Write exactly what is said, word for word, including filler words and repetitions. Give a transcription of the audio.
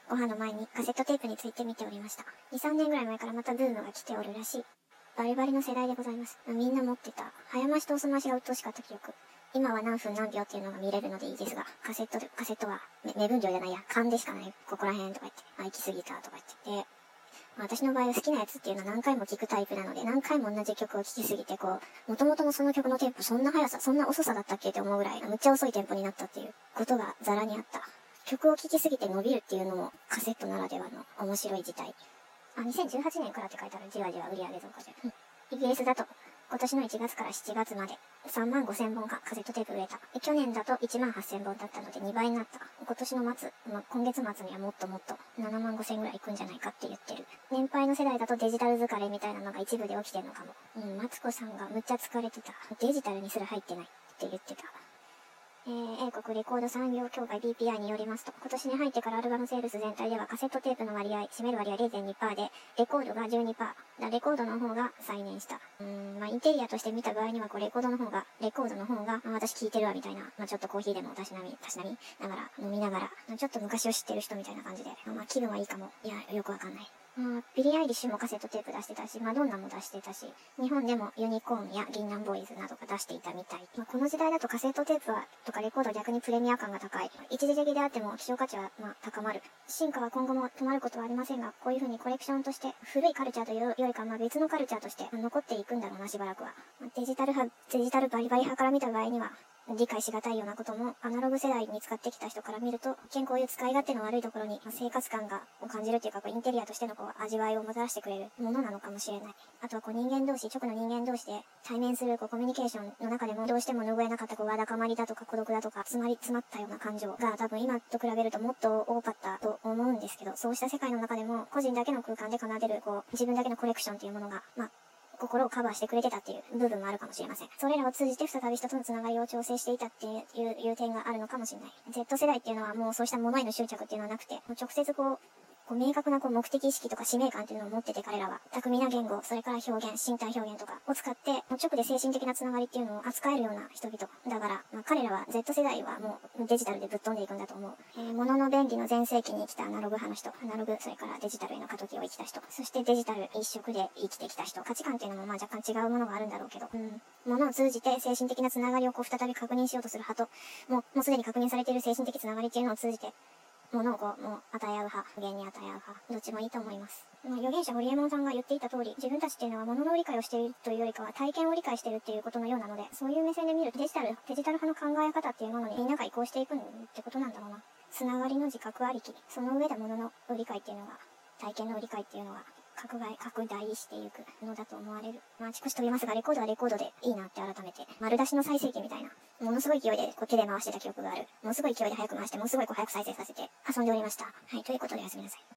ご飯の前にカセットテープについて見ておりました。に、さんねんぐらい前からまたブームが来ておるらしい。バリバリの世代でございます。みんな持ってた。早回しと遅回しが鬱陶しかった記憶。今は何分何秒っていうのが見れるのでいいですが、カセットで、カセットは、目分量じゃないや、勘でしかない。ここら辺とか言って、あ、行き過ぎたとか言って。で、私の場合は好きなやつっていうのは何回も聴くタイプなので、何回も同じ曲を聴きすぎて、こう、元々のその曲のテンポ、そんな速さ、そんな遅さだったっけって思うぐらい、むっちゃ遅いテンポになったっていうことがザラにあった。曲を聴きすぎて伸びるっていうのもカセットならではの面白い事態。あ、にせんじゅうはちねんからって書いてある。じわじわ売上増加じゃん。イギリスだと、今年のいちがつからしちがつまでさんまんごせんぼんかカセットテープ売れた。去年だといちまんはっせんぼんだったのでにばいになった。今年の末、まあ、今月末にはもっともっとななまんごせんぐらいいくんじゃないかって言ってる。年配の世代だとデジタル疲れみたいなのが一部で起きてるのかも。うん、マツコさんがむっちゃ疲れてた。デジタルにすら入ってないって言ってた。えー、英国レコード産業協会 ビーピーアイ によりますと、今年に入ってからアルバムセールス全体ではカセットテープの割合、占める割合 れいてんにパーセント で、レコードが じゅうにパーセント。だレコードの方が再燃した。うーん、まあ、インテリアとして見た場合には、こう、レコードの方が、レコードの方が、まあ、私聴いてるわ、みたいな。まあ、ちょっとコーヒーでもたしなみ、たしなみながら、飲みながら、ちょっと昔を知ってる人みたいな感じで、まあ、気分はいいかも。いや、よくわかんない。まあ、ビリー・アイリッシュもカセットテープ出してたし、マドンナも出してたし、日本でもユニコーンや銀杏ボーイズなどが出していたみたい。まあ、この時代だとカセットテープは、とかレコードは逆にプレミア感が高い。一時的であっても希少価値は、まあ、高まる。進化は今後も止まることはありませんが、こういう風にコレクションとして、古いカルチャーというよりか、まあ、別のカルチャーとして残っていくんだろうな、しばらくは。デジタル派、デジタルバリバリ派から見た場合には、理解しがたいようなことも、アナログ世代に使ってきた人から見ると、一見こういう使い勝手の悪いところに、生活感が、を感じるっていうか、こうインテリアとしてのこう、味わいをもたらしてくれるものなのかもしれない。あとはこう人間同士、直の人間同士で対面するこうコミュニケーションの中でも、どうしても拭えなかったこう、わだかまりだとか孤独だとか、詰まり、詰まったような感情が多分今と比べるともっと多かったと思うんですけど、そうした世界の中でも、個人だけの空間で奏でる、こう、自分だけのコレクションっていうものが、まあ、心をカバーしてくれてたっていう部分もあるかもしれません。それらを通じて再び人とのつながりを調整していたっていう、いう点があるのかもしれない。Z 世代っていうのはもうそうしたものへの執着っていうのはなくて、直接こう、こう明確なこう目的意識とか使命感っていうのを持ってて彼らは、巧みな言語、それから表現、身体表現とかを使って、もう直で精神的なつながりっていうのを扱えるような人々。だから、まあ、彼らは Z 世代はもうデジタルでぶっ飛んでいくんだと思う。えー、物の便利の全盛期に生きたアナログ派の人、アナログ、それからデジタルへの過渡期を生きた人、そしてデジタル一色で生きてきた人、価値観っていうのもまあ若干違うものがあるんだろうけど、うん。物を通じて精神的なつながりをこう再び確認しようとする派と、もう、もうすでに確認されている精神的つながりっていうのを通じて、物をこう、もう与え合う派、無限に与え合う派、どっちもいいと思います。まあ、預言者ホリエモンさんが言っていた通り、自分たちっていうのは物の理解をしているというよりかは体験を理解しているっていうことのようなので、そういう目線で見るとデジタル、デジタル派の考え方っていうものにみんなが移行していくってことなんだろうな。つながりの自覚ありき、その上で物の理解っていうのが、体験の理解っていうのが、拡大、拡大していくのだと思われる。まあ、あちこち飛びますが、レコードはレコードでいいなって改めて、丸出しの再生機みたいな、ものすごい勢いでこう手で回してた記憶がある。ものすごい勢いで早く回して、ものすごいこう早く再生させて遊んでおりました。はい、ということでおやすみなさい。